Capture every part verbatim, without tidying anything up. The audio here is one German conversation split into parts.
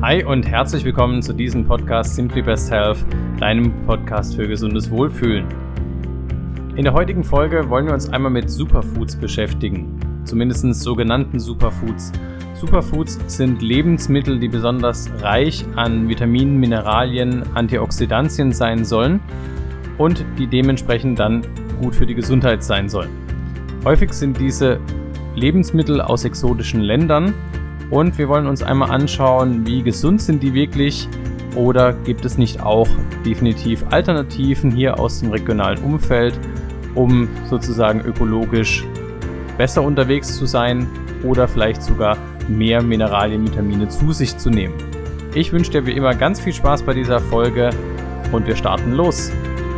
Hi und herzlich willkommen zu diesem Podcast Simply Best Health, deinem Podcast für gesundes Wohlfühlen. In der heutigen Folge wollen wir uns einmal mit Superfoods beschäftigen, zumindest sogenannten Superfoods. Superfoods sind Lebensmittel, die besonders reich an Vitaminen, Mineralien, Antioxidantien sein sollen und die dementsprechend dann gut für die Gesundheit sein sollen. Häufig sind diese Lebensmittel aus exotischen Ländern und wir wollen uns einmal anschauen, wie gesund sind die wirklich oder gibt es nicht auch definitiv Alternativen hier aus dem regionalen Umfeld, um sozusagen ökologisch besser unterwegs zu sein oder vielleicht sogar mehr Mineralien, Vitamine zu sich zu nehmen. Ich wünsche dir wie immer ganz viel Spaß bei dieser Folge und wir starten los.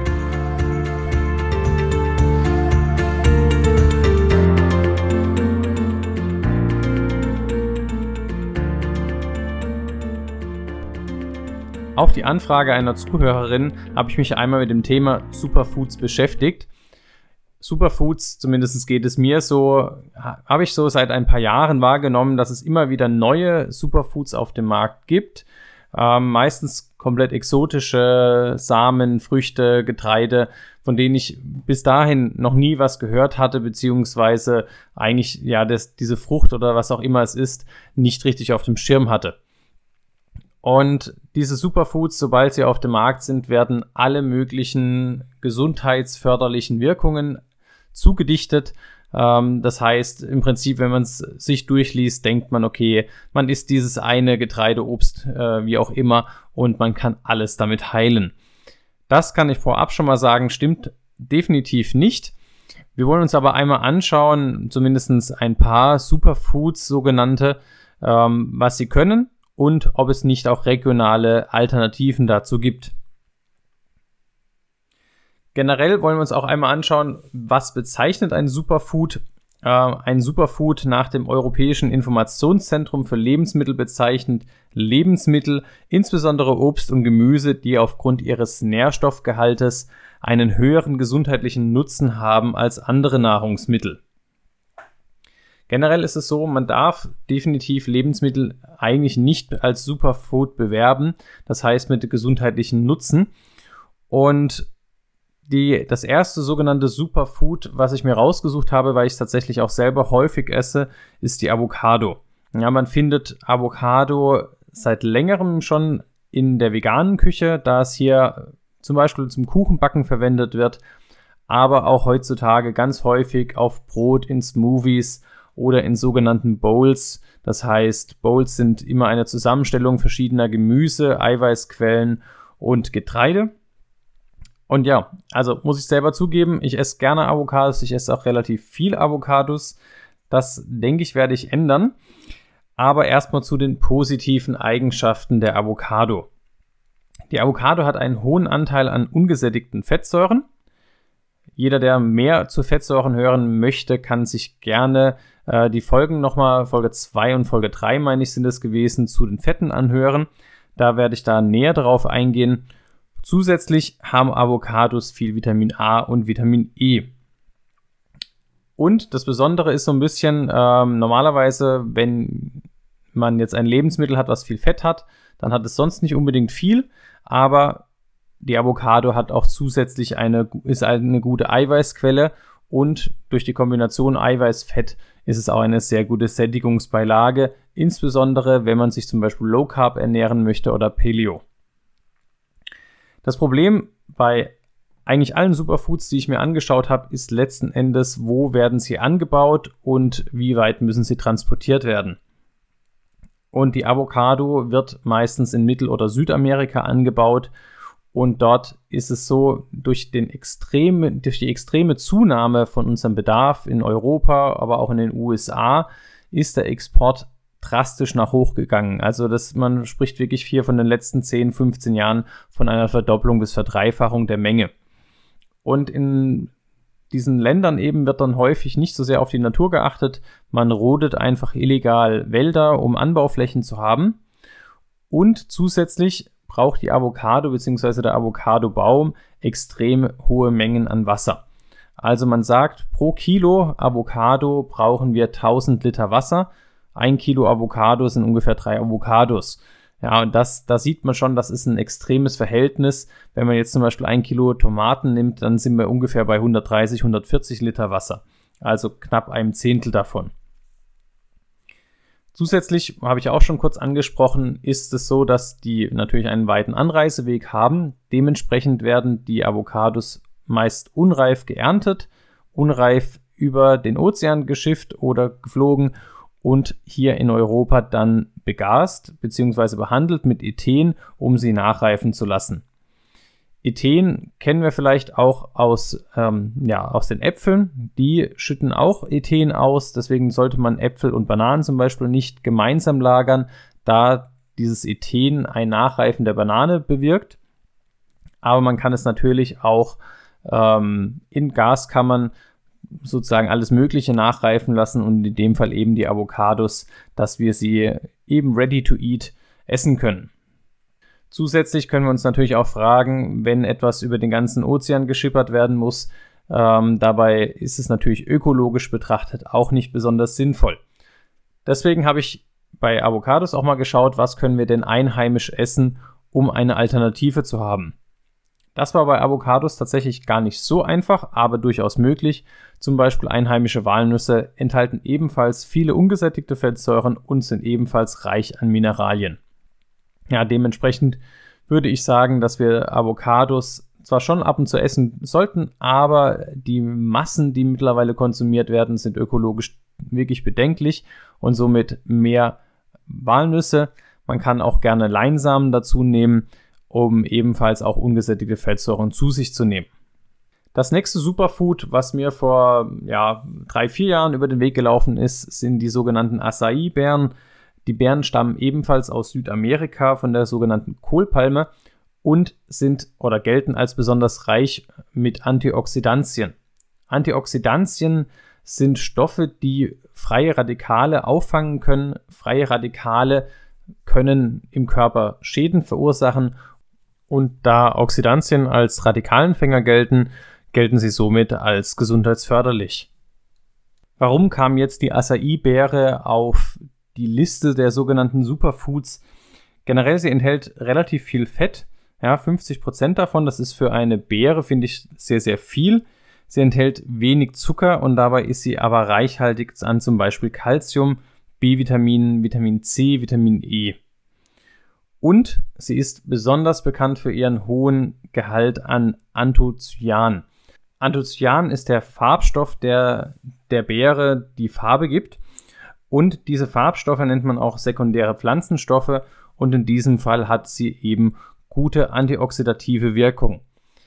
Auf die Anfrage einer Zuhörerin habe ich mich einmal mit dem Thema Superfoods beschäftigt. Superfoods, zumindest geht es mir so, habe ich so seit ein paar Jahren wahrgenommen, dass es immer wieder neue Superfoods auf dem Markt gibt. Ähm, meistens komplett exotische Samen, Früchte, Getreide, von denen ich bis dahin noch nie was gehört hatte, beziehungsweise eigentlich ja das, diese Frucht oder was auch immer es ist, nicht richtig auf dem Schirm hatte. Und diese Superfoods, sobald sie auf dem Markt sind, werden alle möglichen gesundheitsförderlichen Wirkungen zugedichtet. Ähm, das heißt, im Prinzip, wenn man es sich durchliest, denkt man, okay, man isst dieses eine Getreideobst, äh, wie auch immer, und man kann alles damit heilen. Das kann ich vorab schon mal sagen, stimmt definitiv nicht. Wir wollen uns aber einmal anschauen, zumindest ein paar Superfoods, sogenannte, ähm, was sie können und ob es nicht auch regionale Alternativen dazu gibt. Generell wollen wir uns auch einmal anschauen, was bezeichnet ein Superfood. Äh, ein Superfood nach dem Europäischen Informationszentrum für Lebensmittel bezeichnet Lebensmittel, insbesondere Obst und Gemüse, die aufgrund ihres Nährstoffgehaltes einen höheren gesundheitlichen Nutzen haben als andere Nahrungsmittel. Generell ist es so, man darf definitiv Lebensmittel eigentlich nicht als Superfood bewerben, das heißt mit gesundheitlichen Nutzen. Und die, das erste sogenannte Superfood, was ich mir rausgesucht habe, weil ich es tatsächlich auch selber häufig esse, ist die Avocado. Ja, man findet Avocado seit längerem schon in der veganen Küche, da es hier zum Beispiel zum Kuchenbacken verwendet wird, aber auch heutzutage ganz häufig auf Brot, in Smoothies oder in sogenannten Bowls. Das heißt, Bowls sind immer eine Zusammenstellung verschiedener Gemüse, Eiweißquellen und Getreide. Und ja, also muss ich selber zugeben, ich esse gerne Avocados, ich esse auch relativ viel Avocados. Das, denke ich, werde ich ändern. Aber erstmal zu den positiven Eigenschaften der Avocado. Die Avocado hat einen hohen Anteil an ungesättigten Fettsäuren. Jeder, der mehr zu Fettsäuren hören möchte, kann sich gerne äh, die Folgen nochmal, Folge zwei und Folge drei, meine ich, sind es gewesen, zu den Fetten anhören. Da werde ich da näher drauf eingehen. Zusätzlich haben Avocados viel Vitamin A und Vitamin E. Und das Besondere ist so ein bisschen, ähm, normalerweise, wenn man jetzt ein Lebensmittel hat, was viel Fett hat, dann hat es sonst nicht unbedingt viel, aber die Avocado hat auch zusätzlich eine, ist eine gute Eiweißquelle und durch die Kombination Eiweiß-Fett ist es auch eine sehr gute Sättigungsbeilage, insbesondere wenn man sich zum Beispiel Low Carb ernähren möchte oder Paleo. Das Problem bei eigentlich allen Superfoods, die ich mir angeschaut habe, ist letzten Endes, wo werden sie angebaut und wie weit müssen sie transportiert werden. Und die Avocado wird meistens in Mittel- oder Südamerika angebaut. Und dort ist es so, durch, den extreme, durch die extreme Zunahme von unserem Bedarf in Europa, aber auch in den U S A, ist der Export drastisch nach hoch gegangen. Also das, man spricht wirklich hier von den letzten zehn, fünfzehn Jahren von einer Verdopplung bis Verdreifachung der Menge. Und in diesen Ländern eben wird dann häufig nicht so sehr auf die Natur geachtet. Man rodet einfach illegal Wälder, um Anbauflächen zu haben. Und zusätzlich braucht die Avocado bzw. der Avocadobaum extrem hohe Mengen an Wasser. Also man sagt, pro Kilo Avocado brauchen wir tausend Liter Wasser. Ein Kilo Avocado sind ungefähr drei Avocados. Ja, und das, da sieht man schon, das ist ein extremes Verhältnis. Wenn man jetzt zum Beispiel ein Kilo Tomaten nimmt, dann sind wir ungefähr bei hundertdreißig, hundertvierzig Liter Wasser. Also knapp einem Zehntel davon. Zusätzlich, habe ich auch schon kurz angesprochen, ist es so, dass die natürlich einen weiten Anreiseweg haben. Dementsprechend werden die Avocados meist unreif geerntet, unreif über den Ozean geschifft oder geflogen und hier in Europa dann begast bzw. behandelt mit Ethen, um sie nachreifen zu lassen. Ethen kennen wir vielleicht auch aus, ähm, ja, aus den Äpfeln. Die schütten auch Ethen aus, deswegen sollte man Äpfel und Bananen zum Beispiel nicht gemeinsam lagern, da dieses Ethen ein Nachreifen der Banane bewirkt. Aber man kann es natürlich auch ähm, in Gaskammern sozusagen alles Mögliche nachreifen lassen und in dem Fall eben die Avocados, dass wir sie eben ready to eat essen können. Zusätzlich können wir uns natürlich auch fragen, wenn etwas über den ganzen Ozean geschippert werden muss, ähm, dabei ist es natürlich ökologisch betrachtet auch nicht besonders sinnvoll. Deswegen habe ich bei Avocados auch mal geschaut, was können wir denn einheimisch essen, um eine Alternative zu haben. Das war bei Avocados tatsächlich gar nicht so einfach, aber durchaus möglich. Zum Beispiel einheimische Walnüsse enthalten ebenfalls viele ungesättigte Fettsäuren und sind ebenfalls reich an Mineralien. Ja, dementsprechend würde ich sagen, dass wir Avocados zwar schon ab und zu essen sollten, aber die Massen, die mittlerweile konsumiert werden, sind ökologisch wirklich bedenklich und somit mehr Walnüsse. Man kann auch gerne Leinsamen dazu nehmen, um ebenfalls auch ungesättigte Fettsäuren zu sich zu nehmen. Das nächste Superfood, was mir vor ja, drei, vier Jahren über den Weg gelaufen ist, sind die sogenannten Acai-Beeren. Die Beeren stammen ebenfalls aus Südamerika von der sogenannten Kohlpalme und sind oder gelten als besonders reich mit Antioxidantien. Antioxidantien sind Stoffe, die freie Radikale auffangen können. Freie Radikale können im Körper Schäden verursachen und da Oxidantien als Radikalenfänger gelten, gelten sie somit als gesundheitsförderlich. Warum kam jetzt die Acai-Beere auf die Liste der sogenannten Superfoods? Generell, sie enthält relativ viel Fett, ja, fünfzig Prozent davon, das ist für eine Beere, finde ich, sehr, sehr viel. Sie enthält wenig Zucker und dabei ist sie aber reichhaltig an zum Beispiel Calcium, B-Vitaminen, Vitamin C, Vitamin E. Und sie ist besonders bekannt für ihren hohen Gehalt an Anthocyan. Anthocyan ist der Farbstoff, der der Beere die Farbe gibt. Und diese Farbstoffe nennt man auch sekundäre Pflanzenstoffe. Und in diesem Fall hat sie eben gute antioxidative Wirkung.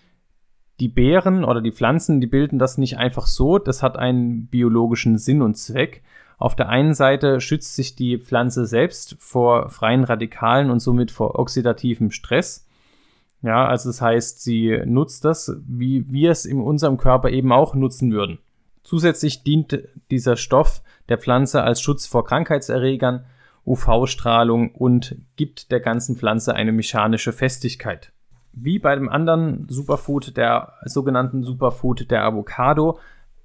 Die Beeren oder die Pflanzen, die bilden das nicht einfach so. Das hat einen biologischen Sinn und Zweck. Auf der einen Seite schützt sich die Pflanze selbst vor freien Radikalen und somit vor oxidativem Stress. Ja, also das heißt, sie nutzt das, wie wir es in unserem Körper eben auch nutzen würden. Zusätzlich dient dieser Stoff der Pflanze als Schutz vor Krankheitserregern, U V-Strahlung und gibt der ganzen Pflanze eine mechanische Festigkeit. Wie bei dem anderen Superfood, der sogenannten Superfood der Avocado,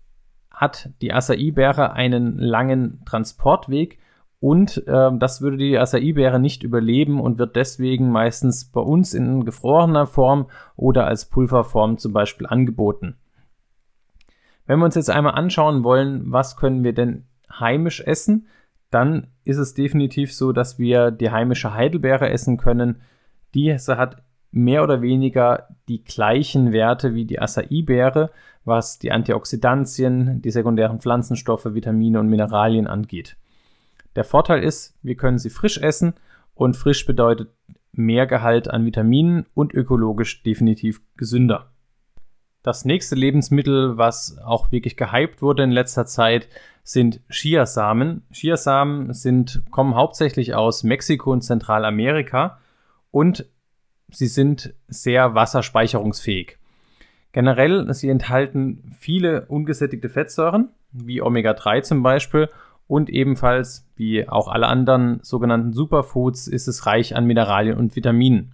hat die Acai-Beere einen langen Transportweg und äh, das würde die Acai-Beere nicht überleben und wird deswegen meistens bei uns in gefrorener Form oder als Pulverform zum Beispiel angeboten. Wenn wir uns jetzt einmal anschauen wollen, was können wir denn heimisch essen, dann ist es definitiv so, dass wir die heimische Heidelbeere essen können. Diese hat mehr oder weniger die gleichen Werte wie die Acai-Beere, was die Antioxidantien, die sekundären Pflanzenstoffe, Vitamine und Mineralien angeht. Der Vorteil ist, wir können sie frisch essen und frisch bedeutet mehr Gehalt an Vitaminen und ökologisch definitiv gesünder. Das nächste Lebensmittel, was auch wirklich gehypt wurde in letzter Zeit, sind Chiasamen. Chiasamen sind, kommen hauptsächlich aus Mexiko und Zentralamerika und sie sind sehr wasserspeicherungsfähig. Generell, sie enthalten viele ungesättigte Fettsäuren, wie Omega drei zum Beispiel, und ebenfalls, wie auch alle anderen sogenannten Superfoods, ist es reich an Mineralien und Vitaminen.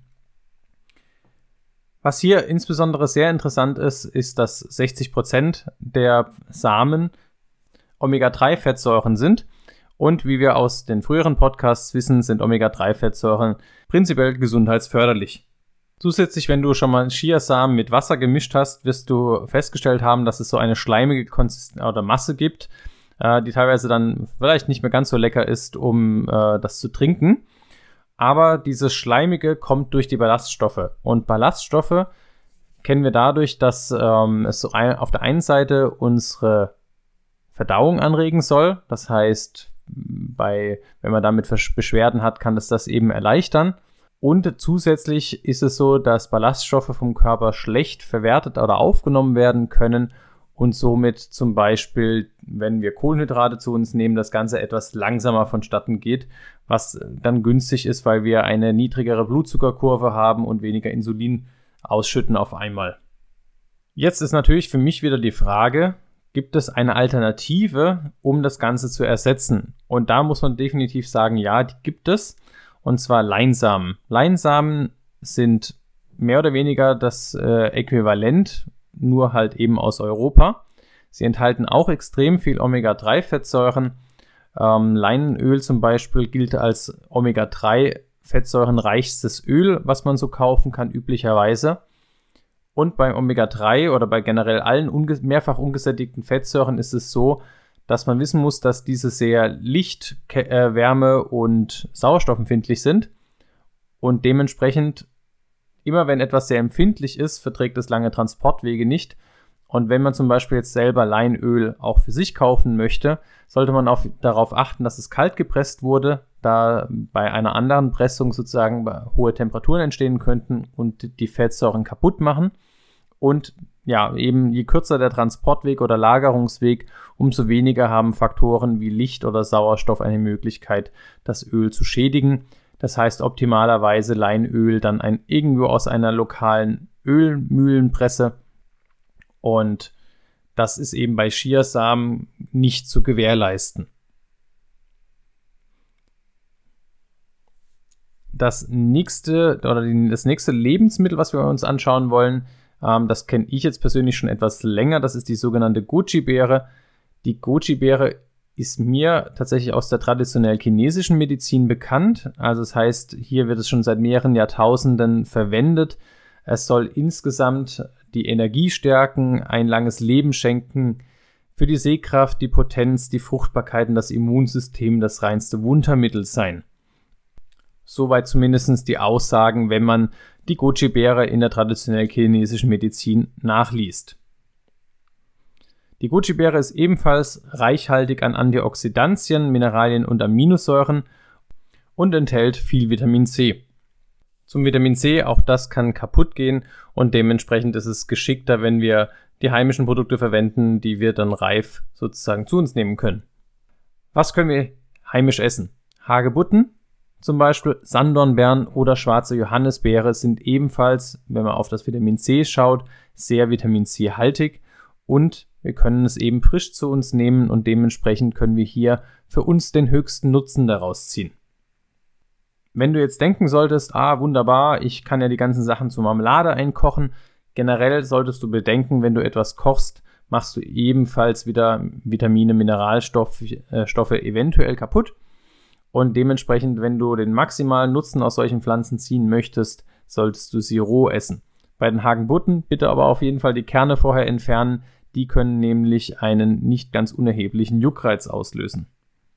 Was hier insbesondere sehr interessant ist, ist, dass sechzig Prozent der Samen Omega drei Fettsäuren sind Und wie wir aus den früheren Podcasts wissen, sind Omega drei Fettsäuren prinzipiell gesundheitsförderlich. Zusätzlich, wenn du schon mal Chiasamen mit Wasser gemischt hast, wirst du festgestellt haben, dass es so eine schleimige Konsistenz oder Masse gibt, äh, die teilweise dann vielleicht nicht mehr ganz so lecker ist, um äh, das zu trinken. Aber dieses Schleimige kommt durch die Ballaststoffe. Und Ballaststoffe kennen wir dadurch, dass ähm, es so ein, auf der einen Seite unsere Verdauung anregen soll. Das heißt, bei, wenn man damit Beschwerden hat, kann das das eben erleichtern. Und zusätzlich ist es so, dass Ballaststoffe vom Körper schlecht verwertet oder aufgenommen werden können und somit zum Beispiel, wenn wir Kohlenhydrate zu uns nehmen, das Ganze etwas langsamer vonstatten geht, was dann günstig ist, weil wir eine niedrigere Blutzuckerkurve haben und weniger Insulin ausschütten auf einmal. Jetzt ist natürlich für mich wieder die Frage, gibt es eine Alternative, um das Ganze zu ersetzen? Und da muss man definitiv sagen, ja, die gibt es. Und zwar Leinsamen. Leinsamen sind mehr oder weniger das äh, Äquivalent, nur halt eben aus Europa. Sie enthalten auch extrem viel Omega drei Fettsäuren. Ähm, Leinöl zum Beispiel gilt als Omega drei fettsäurenreichstes Öl, was man so kaufen kann üblicherweise. Und bei Omega drei oder bei generell allen unge- mehrfach ungesättigten Fettsäuren ist es so, dass man wissen muss, dass diese sehr Licht-, äh, Wärme- und sauerstoffempfindlich sind. Und dementsprechend, immer wenn etwas sehr empfindlich ist, verträgt es lange Transportwege nicht. Und wenn man zum Beispiel jetzt selber Leinöl auch für sich kaufen möchte, sollte man auf, darauf achten, dass es kalt gepresst wurde, da bei einer anderen Pressung sozusagen hohe Temperaturen entstehen könnten und die Fettsäuren kaputt machen. Und ja, eben je kürzer der Transportweg oder Lagerungsweg, umso weniger haben Faktoren wie Licht oder Sauerstoff eine Möglichkeit, das Öl zu schädigen. Das heißt optimalerweise Leinöl dann ein, irgendwo aus einer lokalen Ölmühlenpresse. Und das ist eben bei Chiasamen nicht zu gewährleisten. Das nächste oder die, das nächste Lebensmittel, was wir uns anschauen wollen, ähm, das kenne ich jetzt persönlich schon etwas länger. Das ist die sogenannte Goji-Beere. Die Goji-Beere ist mir tatsächlich aus der traditionell chinesischen Medizin bekannt. Also das heißt, hier wird es schon seit mehreren Jahrtausenden verwendet. Es soll insgesamt die Energie stärken, ein langes Leben schenken, für die Sehkraft, die Potenz, die Fruchtbarkeit und das Immunsystem das reinste Wundermittel sein. Soweit zumindest die Aussagen, wenn man die Goji-Beere in der traditionell chinesischen Medizin nachliest. Die Goji-Beere ist ebenfalls reichhaltig an Antioxidantien, Mineralien und Aminosäuren und enthält viel Vitamin C. Zum Vitamin C, auch das kann kaputt gehen und dementsprechend ist es geschickter, wenn wir die heimischen Produkte verwenden, die wir dann reif sozusagen zu uns nehmen können. Was können wir heimisch essen? Hagebutten, zum Beispiel Sanddornbeeren oder schwarze Johannisbeere sind ebenfalls, wenn man auf das Vitamin C schaut, sehr Vitamin C-haltig und wir können es eben frisch zu uns nehmen und dementsprechend können wir hier für uns den höchsten Nutzen daraus ziehen. Wenn du jetzt denken solltest, ah wunderbar, ich kann ja die ganzen Sachen zur Marmelade einkochen, generell solltest du bedenken, wenn du etwas kochst, machst du ebenfalls wieder Vitamine, Mineralstoffe äh, Stoffe eventuell kaputt. Und dementsprechend, wenn du den maximalen Nutzen aus solchen Pflanzen ziehen möchtest, solltest du sie roh essen. Bei den Hagebutten bitte aber auf jeden Fall die Kerne vorher entfernen. Die können nämlich einen nicht ganz unerheblichen Juckreiz auslösen.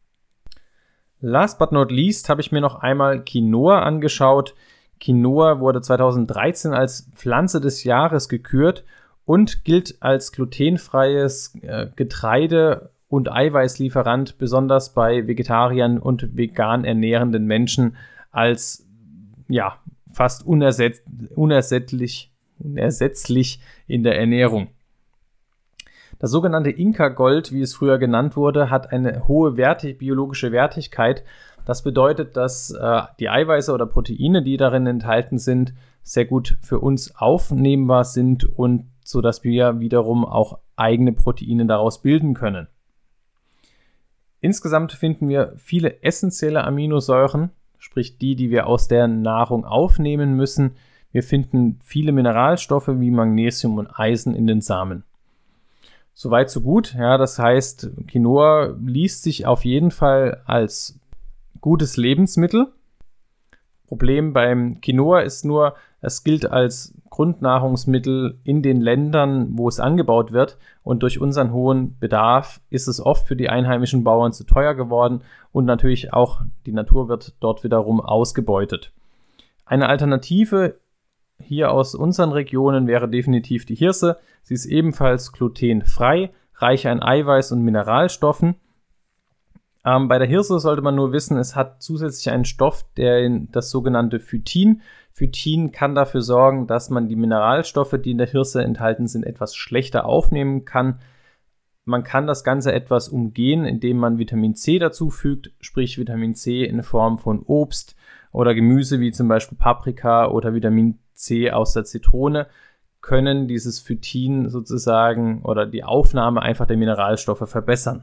Last but not least habe ich mir noch einmal Quinoa angeschaut. Quinoa wurde zweitausenddreizehn als Pflanze des Jahres gekürt und gilt als glutenfreies äh, Getreide und Eiweißlieferant, besonders bei Vegetariern und vegan ernährenden Menschen, als ja, fast unersetz- unersättlich, unersetzlich in der Ernährung. Das sogenannte Inka-Gold, wie es früher genannt wurde, hat eine hohe Werte, biologische Wertigkeit. Das bedeutet, dass äh, die Eiweiße oder Proteine, die darin enthalten sind, sehr gut für uns aufnehmbar sind und so dass wir wiederum auch eigene Proteine daraus bilden können. Insgesamt finden wir viele essentielle Aminosäuren, sprich die, die wir aus der Nahrung aufnehmen müssen. Wir finden viele Mineralstoffe wie Magnesium und Eisen in den Samen. Soweit so gut. Ja, das heißt, Quinoa liest sich auf jeden Fall als gutes Lebensmittel. Problem beim Quinoa ist nur, es gilt als Grundnahrungsmittel in den Ländern, wo es angebaut wird. Und durch unseren hohen Bedarf ist es oft für die einheimischen Bauern zu teuer geworden. Und natürlich auch die Natur wird dort wiederum ausgebeutet. Eine Alternative hier aus unseren Regionen wäre definitiv die Hirse. Sie ist ebenfalls glutenfrei, reich an Eiweiß und Mineralstoffen. Ähm, bei der Hirse sollte man nur wissen, es hat zusätzlich einen Stoff, der in das sogenannte Phytin. Phytin kann dafür sorgen, dass man die Mineralstoffe, die in der Hirse enthalten sind, etwas schlechter aufnehmen kann. Man kann das Ganze etwas umgehen, indem man Vitamin C dazu fügt, sprich Vitamin C in Form von Obst oder Gemüse wie zum Beispiel Paprika oder Vitamin C aus der Zitrone, können dieses Phytin sozusagen oder die Aufnahme einfach der Mineralstoffe verbessern.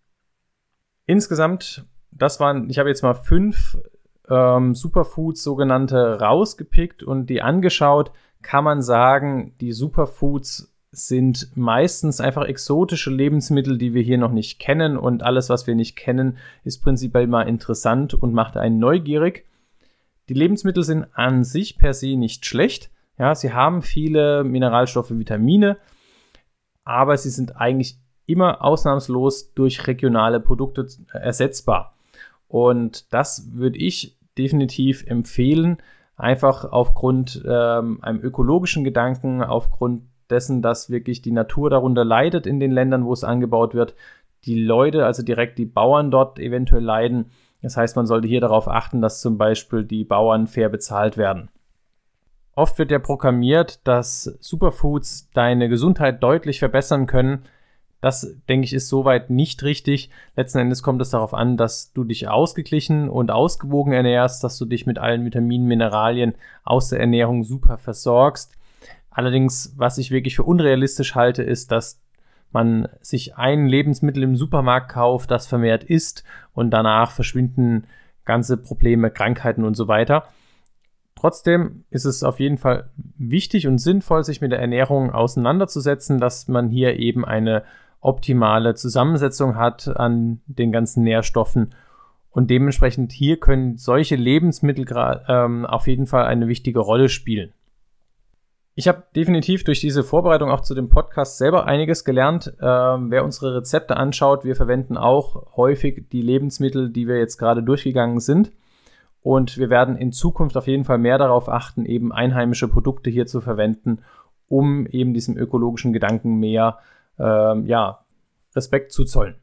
Insgesamt, das waren, ich habe jetzt mal fünf ähm, Superfoods sogenannte rausgepickt und die angeschaut, kann man sagen, die Superfoods sind meistens einfach exotische Lebensmittel, die wir hier noch nicht kennen und alles, was wir nicht kennen, ist prinzipiell mal interessant und macht einen neugierig. Die Lebensmittel sind an sich per se nicht schlecht. Ja, sie haben viele Mineralstoffe, Vitamine, aber sie sind eigentlich immer ausnahmslos durch regionale Produkte ersetzbar. Und das würde ich definitiv empfehlen, einfach aufgrund ähm, einem ökologischen Gedanken, aufgrund dessen, dass wirklich die Natur darunter leidet in den Ländern, wo es angebaut wird, die Leute, also direkt die Bauern dort eventuell leiden. Das heißt, man sollte hier darauf achten, dass zum Beispiel die Bauern fair bezahlt werden. Oft wird ja proklamiert, dass Superfoods deine Gesundheit deutlich verbessern können. Das, denke ich, ist soweit nicht richtig. Letzten Endes kommt es darauf an, dass du dich ausgeglichen und ausgewogen ernährst, dass du dich mit allen Vitaminen, Mineralien aus der Ernährung super versorgst. Allerdings, was ich wirklich für unrealistisch halte, ist, dass man sich ein Lebensmittel im Supermarkt kauft, das vermehrt isst und danach verschwinden ganze Probleme, Krankheiten und so weiter. Trotzdem ist es auf jeden Fall wichtig und sinnvoll, sich mit der Ernährung auseinanderzusetzen, dass man hier eben eine optimale Zusammensetzung hat an den ganzen Nährstoffen und dementsprechend hier können solche Lebensmittel ähm, auf jeden Fall eine wichtige Rolle spielen. Ich habe definitiv durch diese Vorbereitung auch zu dem Podcast selber einiges gelernt. Ähm, wer unsere Rezepte anschaut, wir verwenden auch häufig die Lebensmittel, die wir jetzt gerade durchgegangen sind. Und wir werden in Zukunft auf jeden Fall mehr darauf achten, eben einheimische Produkte hier zu verwenden, um eben diesem ökologischen Gedanken mehr ähm, ja, Respekt zu zollen.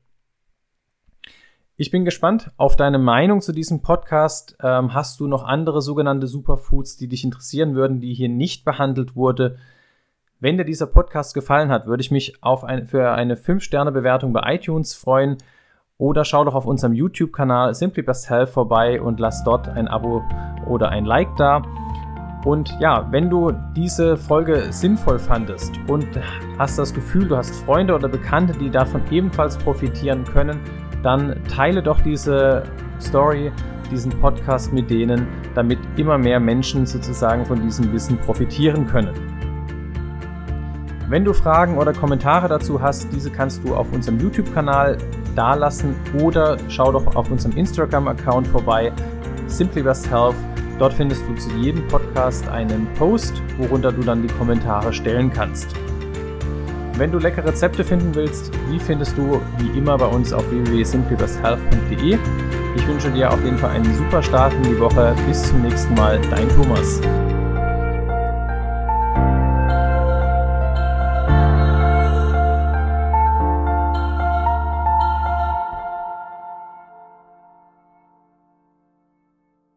Ich bin gespannt auf deine Meinung zu diesem Podcast. Ähm, hast du noch andere sogenannte Superfoods, die dich interessieren würden, die hier nicht behandelt wurde? Wenn dir dieser Podcast gefallen hat, würde ich mich auf ein, für eine fünf Sterne Bewertung bei iTunes freuen. Oder schau doch auf unserem YouTube-Kanal Simply Best Health vorbei und lass dort ein Abo oder ein Like da. Und ja, wenn du diese Folge sinnvoll fandest und hast das Gefühl, du hast Freunde oder Bekannte, die davon ebenfalls profitieren können, dann teile doch diese Story, diesen Podcast mit denen, damit immer mehr Menschen sozusagen von diesem Wissen profitieren können. Wenn du Fragen oder Kommentare dazu hast, diese kannst du auf unserem YouTube-Kanal dalassen oder schau doch auf unserem Instagram-Account vorbei, Simply Best Health. Dort findest du zu jedem Podcast einen Post, worunter du dann die Kommentare stellen kannst. Wenn du leckere Rezepte finden willst, die findest du wie immer bei uns auf w w w punkt simply best health punkt d e. Ich wünsche dir auf jeden Fall einen super Start in die Woche. Bis zum nächsten Mal, dein Thomas.